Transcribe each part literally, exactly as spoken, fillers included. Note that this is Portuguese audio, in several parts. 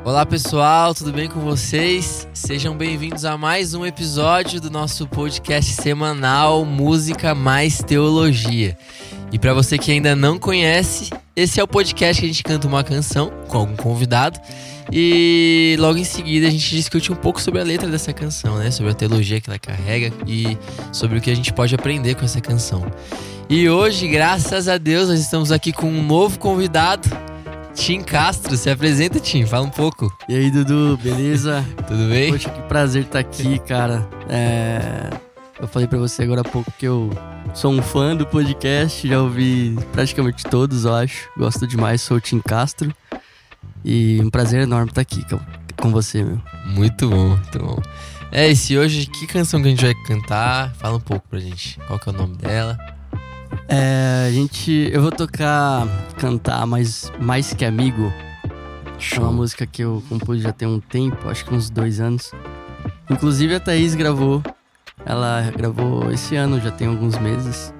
Olá pessoal, tudo bem com vocês? Sejam bem-vindos a mais um episódio do nosso podcast semanal Música Mais Teologia. E para você que ainda não conhece, esse é o podcast que a gente canta uma canção com algum convidado e logo em seguida a gente discute um pouco sobre a letra dessa canção, né? Sobre a teologia que ela carrega e sobre o que a gente pode aprender com essa canção. E hoje, graças a Deus, nós estamos aqui com um novo convidado, Tim Castro. Se apresenta, Tim, fala um pouco. E aí, Dudu, beleza? Tudo bem? Poxa, que prazer estar aqui, cara. É... Eu falei pra você agora há pouco que eu sou um fã do podcast, já ouvi praticamente todos, eu acho. Gosto demais, sou o Tim Castro. E um prazer enorme estar aqui com você, meu. Muito bom, muito bom. É, e se hoje, que canção que a gente vai cantar? Fala um pouco pra gente. Qual que é o nome dela? É, a gente... Eu vou tocar, cantar mais, mais Que Amigo. Show. É uma música que eu compus já tem um tempo, acho que uns dois anos. Inclusive a Thaís gravou. Ela gravou esse ano, já tem alguns meses.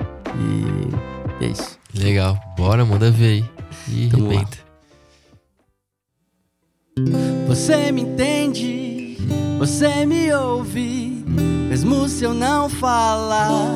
E é isso. Legal, bora, manda ver aí. E Tamo arrebenta. Você me entende, você me ouve, mesmo se eu não falar.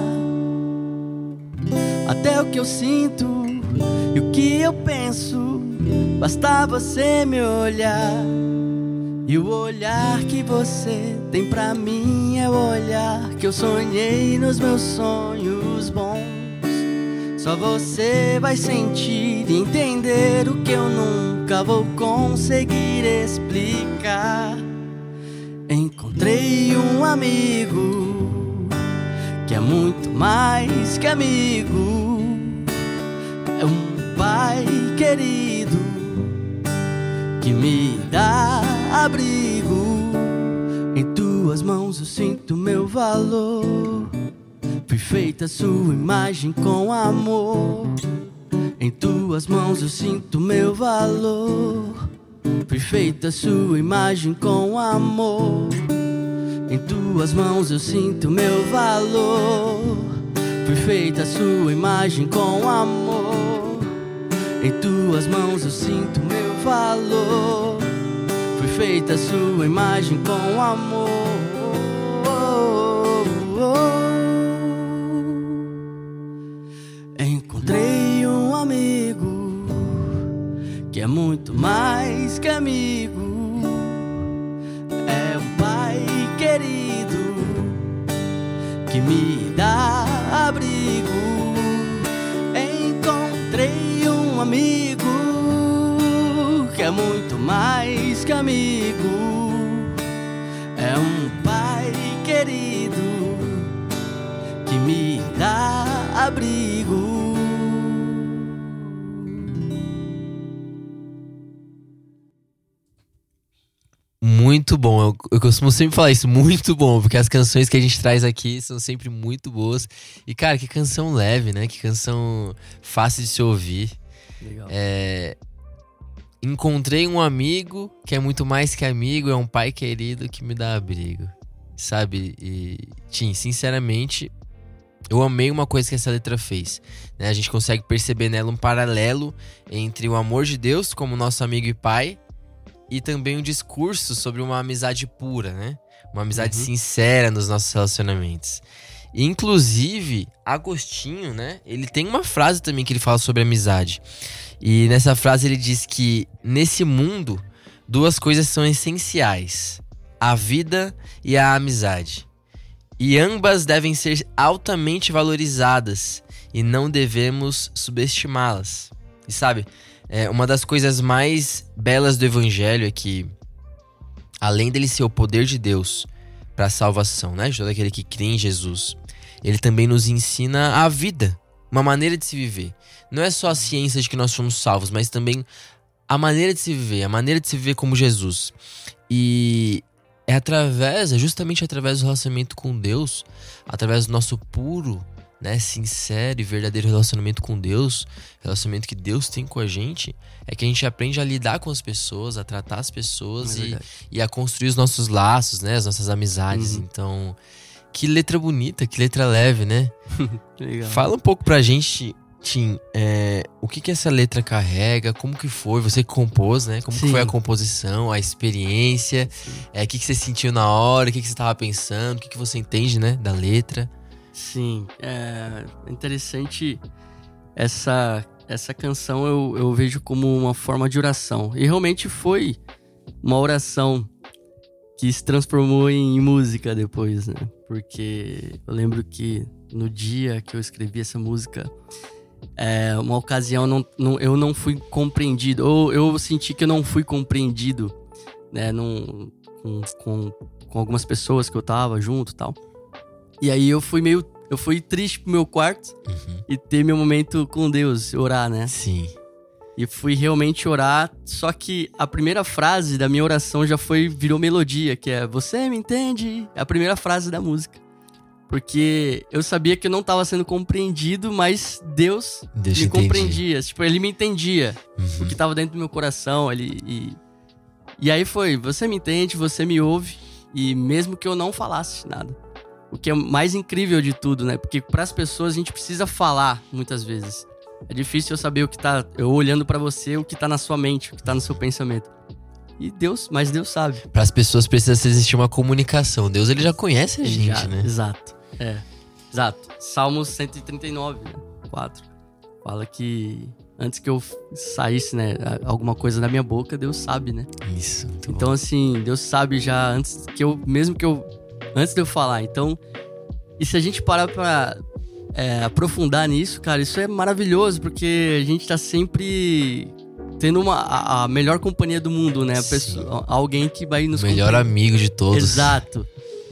Até o que eu sinto e o que eu penso, basta você me olhar. E o olhar que você tem pra mim é o olhar que eu sonhei nos meus sonhos bons. Só você vai sentir e entender o que eu nunca vou conseguir explicar. Encontrei um amigo que é muito mais que amigo. É um pai querido que me dá abrigo. Em tuas mãos eu sinto meu valor. Fui feita a sua imagem com amor. Em tuas mãos eu sinto meu valor. Fui feita a sua imagem com amor. Em tuas mãos eu sinto meu valor. Fui feita a sua imagem com amor. Em tuas mãos eu sinto meu valor. Fui feita a sua imagem com amor. Encontrei um amigo que é muito mais que amigo. É um pai querido que me dá abrigo. Encontrei um amigo que é muito mais que amigo. É um pai querido que me dá abrigo. Muito bom, eu, eu costumo sempre falar isso, muito bom, porque as canções que a gente traz aqui são sempre muito boas. E cara, que canção leve, né? Que canção fácil de se ouvir. Legal. É... Encontrei um amigo que é muito mais que amigo, é um pai querido que me dá abrigo. Sabe? E, Tim, sinceramente, eu amei uma coisa que essa letra fez, né? A gente consegue perceber nela um paralelo entre o amor de Deus como nosso amigo e pai e também um discurso sobre uma amizade pura, né? Uma amizade Uhum. sincera nos nossos relacionamentos. E, inclusive, Agostinho, né? Ele tem uma frase também que ele fala sobre amizade. E nessa frase ele diz que nesse mundo duas coisas são essenciais: a vida e a amizade. E ambas devem ser altamente valorizadas e não devemos subestimá-las. E sabe, é, uma das coisas mais belas do evangelho é que, além dele ser o poder de Deus para a salvação, né, de todo aquele que crê em Jesus, ele também nos ensina a vida, uma maneira de se viver. Não é só a ciência de que nós somos salvos, mas também a maneira de se viver, a maneira de se viver como Jesus. E é através, é justamente através do relacionamento com Deus, através do nosso puro, né, sincero e verdadeiro relacionamento com Deus, relacionamento que Deus tem com a gente, é que a gente aprende a lidar com as pessoas, a tratar as pessoas É e, e a construir os nossos laços, né, as nossas amizades. Uhum. Então, que letra bonita, que letra leve, né? Legal. Fala um pouco pra gente Tim, é, o que que essa letra carrega? Como que foi? Você que compôs, né? Como que foi a composição, a experiência? É, o que que você sentiu na hora? O que que você estava pensando? O que que você entende, né, da letra? Sim, é interessante. Essa, essa canção eu, eu vejo como uma forma de oração. E realmente foi uma oração que se transformou em música depois, né? Porque eu lembro que no dia que eu escrevi essa música, é, uma ocasião não, não, eu não fui compreendido, ou eu senti que eu não fui compreendido, né? Num, com, com, com algumas pessoas que eu tava junto e tal. E aí eu fui meio... Eu fui triste pro meu quarto uhum. e ter meu momento com Deus, orar, né? Sim. E fui realmente orar, só que a primeira frase da minha oração já foi, virou melodia, que é "Você me entende?" É a primeira frase da música. Porque eu sabia que eu não estava sendo compreendido, mas Deus, Deus me compreendia. Tipo, Ele me entendia uhum. o que estava dentro do meu coração. Ele, e, e aí foi, você me entende, você me ouve, e mesmo que eu não falasse nada. O que é mais incrível de tudo, né? Porque para as pessoas a gente precisa falar, muitas vezes. É difícil eu saber o que tá... Eu olhando para você, o que tá na sua mente, o que tá no seu pensamento. E Deus, mas Deus sabe. Para as pessoas precisa existir uma comunicação. Deus, Ele já conhece a gente, já, né? Exato, é. Exato. Salmos cento e trinta e nove, né? quatro. Fala que antes que eu saísse, né, alguma coisa da minha boca, Deus sabe, né? Isso, muito Então, bom. assim, Deus sabe já antes que eu... Mesmo que eu... Antes de eu falar, então... E se a gente parar pra é, aprofundar nisso, cara, isso é maravilhoso, porque a gente tá sempre tendo uma, a, a melhor companhia do mundo, né? A pessoa, alguém que vai nos... O melhor amigo de todos. Exato.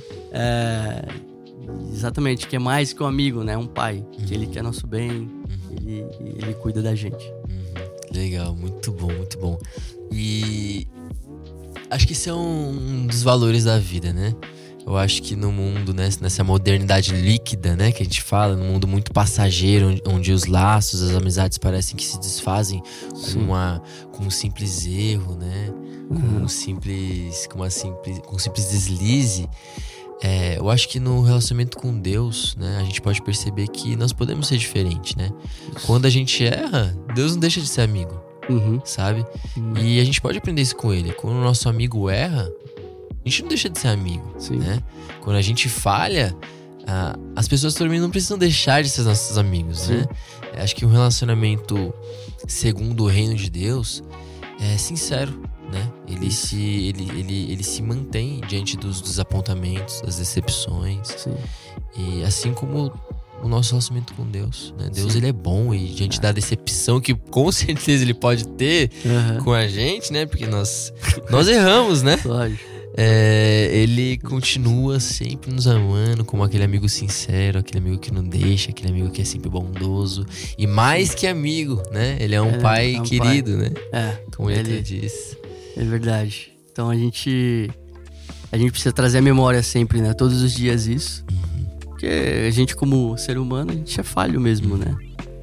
É, exatamente, que é mais que um amigo, né? Um pai, uhum. que ele quer nosso bem, uhum. ele, ele cuida da gente. Uhum. Legal, muito bom, muito bom. E acho que isso é um dos valores da vida, né? Eu acho que no mundo, né, nessa modernidade líquida, né, que a gente fala, num mundo muito passageiro, onde, onde os laços, as amizades parecem que se desfazem com, uma, com um simples erro, né, com uhum. um simples, com uma simples, com um simples deslize. É, eu acho que no relacionamento com Deus, né, a gente pode perceber que nós podemos ser diferentes, né? Quando a gente erra, Deus não deixa de ser amigo, uhum. sabe? Uhum. E a gente pode aprender isso com Ele. Quando o nosso amigo erra, a gente não deixa de ser amigo, Sim. né? Quando a gente falha, ah, as pessoas também não precisam deixar de ser nossos amigos, Sim. né? Acho que um relacionamento segundo o reino de Deus é sincero, né? Ele se, ele, ele, ele se mantém diante dos desapontamentos, das decepções. Sim. E assim como o nosso relacionamento com Deus, né? Deus, Sim. ele é bom, e diante é. da decepção que com certeza ele pode ter uhum. com a gente, né? Porque nós, nós erramos, né? Lógico. É, ele continua sempre nos amando como aquele amigo sincero, aquele amigo que não deixa, aquele amigo que é sempre bondoso. E mais que amigo, né? Ele é um é, pai é um querido, pai. né? É, como ele, ele diz. É verdade. Então a gente a gente precisa trazer a memória sempre, né? Todos os dias isso. Uhum. Porque a gente, como ser humano, a gente é falho mesmo, né?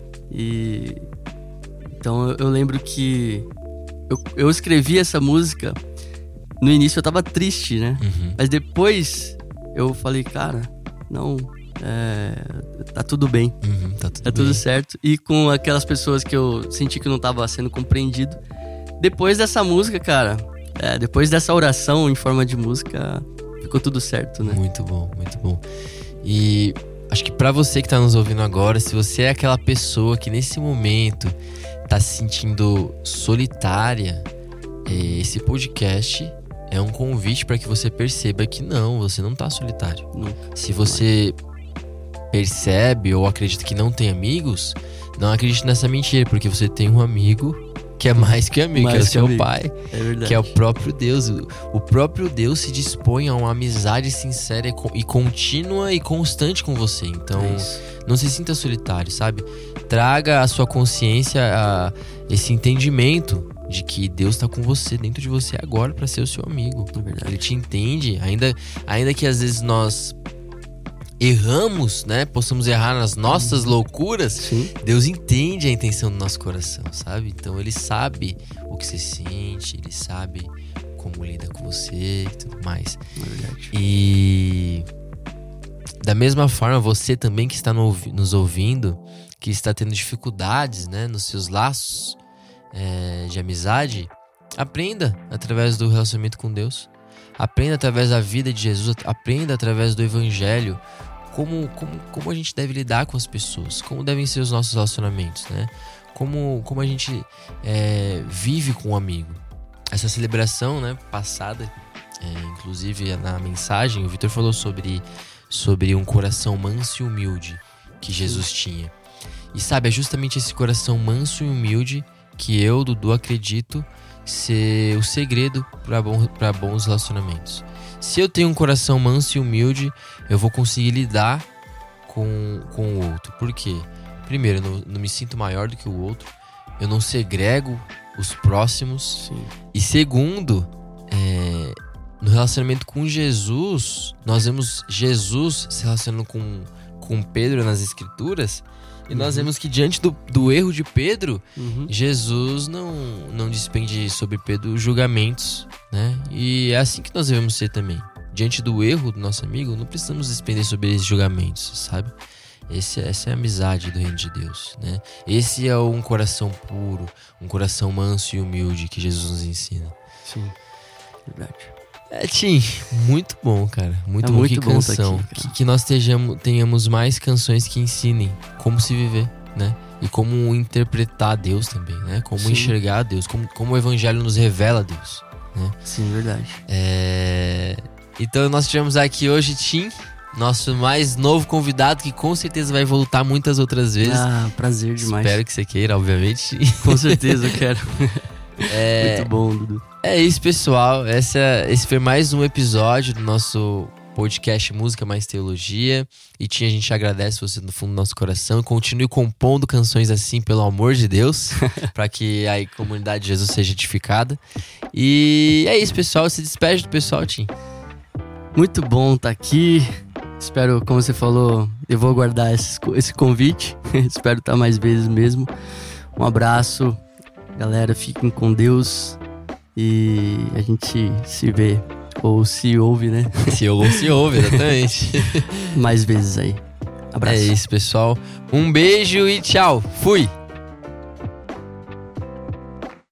E então eu, eu lembro que eu, eu escrevi essa música. No início eu tava triste, né? Uhum. Mas depois eu falei, cara, não, é, tá tudo bem. Uhum, tá tudo, tá tudo certo. E com aquelas pessoas que eu senti que não tava sendo compreendido. Depois dessa música, cara, é, depois dessa oração em forma de música, ficou tudo certo, né? Muito bom, muito bom. E acho que pra você que tá nos ouvindo agora, se você é aquela pessoa que nesse momento tá se sentindo solitária, esse podcast é um convite para que você perceba que não, você não tá solitário. Nunca. Se você percebe ou acredita que não tem amigos, não acredite nessa mentira, porque você tem um amigo que é mais que amigo, mais que é o seu amigo. Pai, é verdade. que é o próprio Deus. O próprio Deus se dispõe a uma amizade sincera e contínua e constante com você. Então, é não se sinta solitário, sabe? Traga à sua consciência a, esse entendimento de que Deus está com você, dentro de você agora, para ser o seu amigo. É verdade. Ele te entende, ainda, ainda que às vezes nós erramos, né? Possamos errar nas nossas loucuras. Sim. Deus entende a intenção do nosso coração, sabe? Então Ele sabe o que você sente, Ele sabe como lida com você e tudo mais. É verdade. E da mesma forma, você também que está no, nos ouvindo, que está tendo dificuldades, né, nos seus laços é, de amizade, aprenda através do relacionamento com Deus. Aprenda através da vida de Jesus, aprenda através do Evangelho como, como, como a gente deve lidar com as pessoas, como devem ser os nossos relacionamentos, né? Como, como a gente é, vive com um amigo. Essa celebração, né, passada, é, inclusive na mensagem, o Vitor falou sobre, sobre um coração manso e humilde que Jesus tinha. E sabe, é justamente esse coração manso e humilde que eu, Dudu, acredito ser o segredo para bom, para bons relacionamentos. Se eu tenho um coração manso e humilde, eu vou conseguir lidar com, com o outro. Por quê? Primeiro, eu não, não me sinto maior do que o outro. Eu não segrego os próximos. Sim. E segundo, é, no relacionamento com Jesus, nós vemos Jesus se relacionando com, com Pedro nas Escrituras. E nós uhum. vemos que diante do, do erro de Pedro, uhum. Jesus não, não despende sobre Pedro julgamentos, né? E é assim que nós devemos ser também. Diante do erro do nosso amigo, não precisamos despender sobre esses julgamentos, sabe? Esse, essa é a amizade do reino de Deus, né? Esse é um coração puro, um coração manso e humilde que Jesus nos ensina. Sim, verdade. É, Tim, muito bom, cara. Muito é bom, muito que bom canção. tá aqui, que, que nós tejamos, tenhamos mais canções que ensinem como se viver, né? E como interpretar Deus também, né? Como Sim. enxergar Deus, como, como o Evangelho nos revela Deus, né? Sim, verdade. É... Então nós tivemos aqui hoje Tim, nosso mais novo convidado, que com certeza vai voltar muitas outras vezes. Ah, prazer demais. Espero que você queira, obviamente. Com certeza eu quero. É... Muito bom, Dudu. É isso, pessoal. Essa, esse foi mais um episódio do nosso podcast Música Mais Teologia. E Tim, a gente agradece você no fundo do nosso coração. Continue compondo canções assim, pelo amor de Deus, para que a comunidade de Jesus seja edificada. E é isso, pessoal. Se despede do pessoal, Tim. Muito bom estar aqui. Espero, como você falou, eu vou aguardar esse, esse convite. Espero estar mais vezes mesmo. Um abraço. Galera, fiquem com Deus. E a gente se vê, ou se ouve, né? Se ouve, se ouve, exatamente. Mais vezes aí. Abraço. É isso, pessoal. Um beijo e tchau. Fui!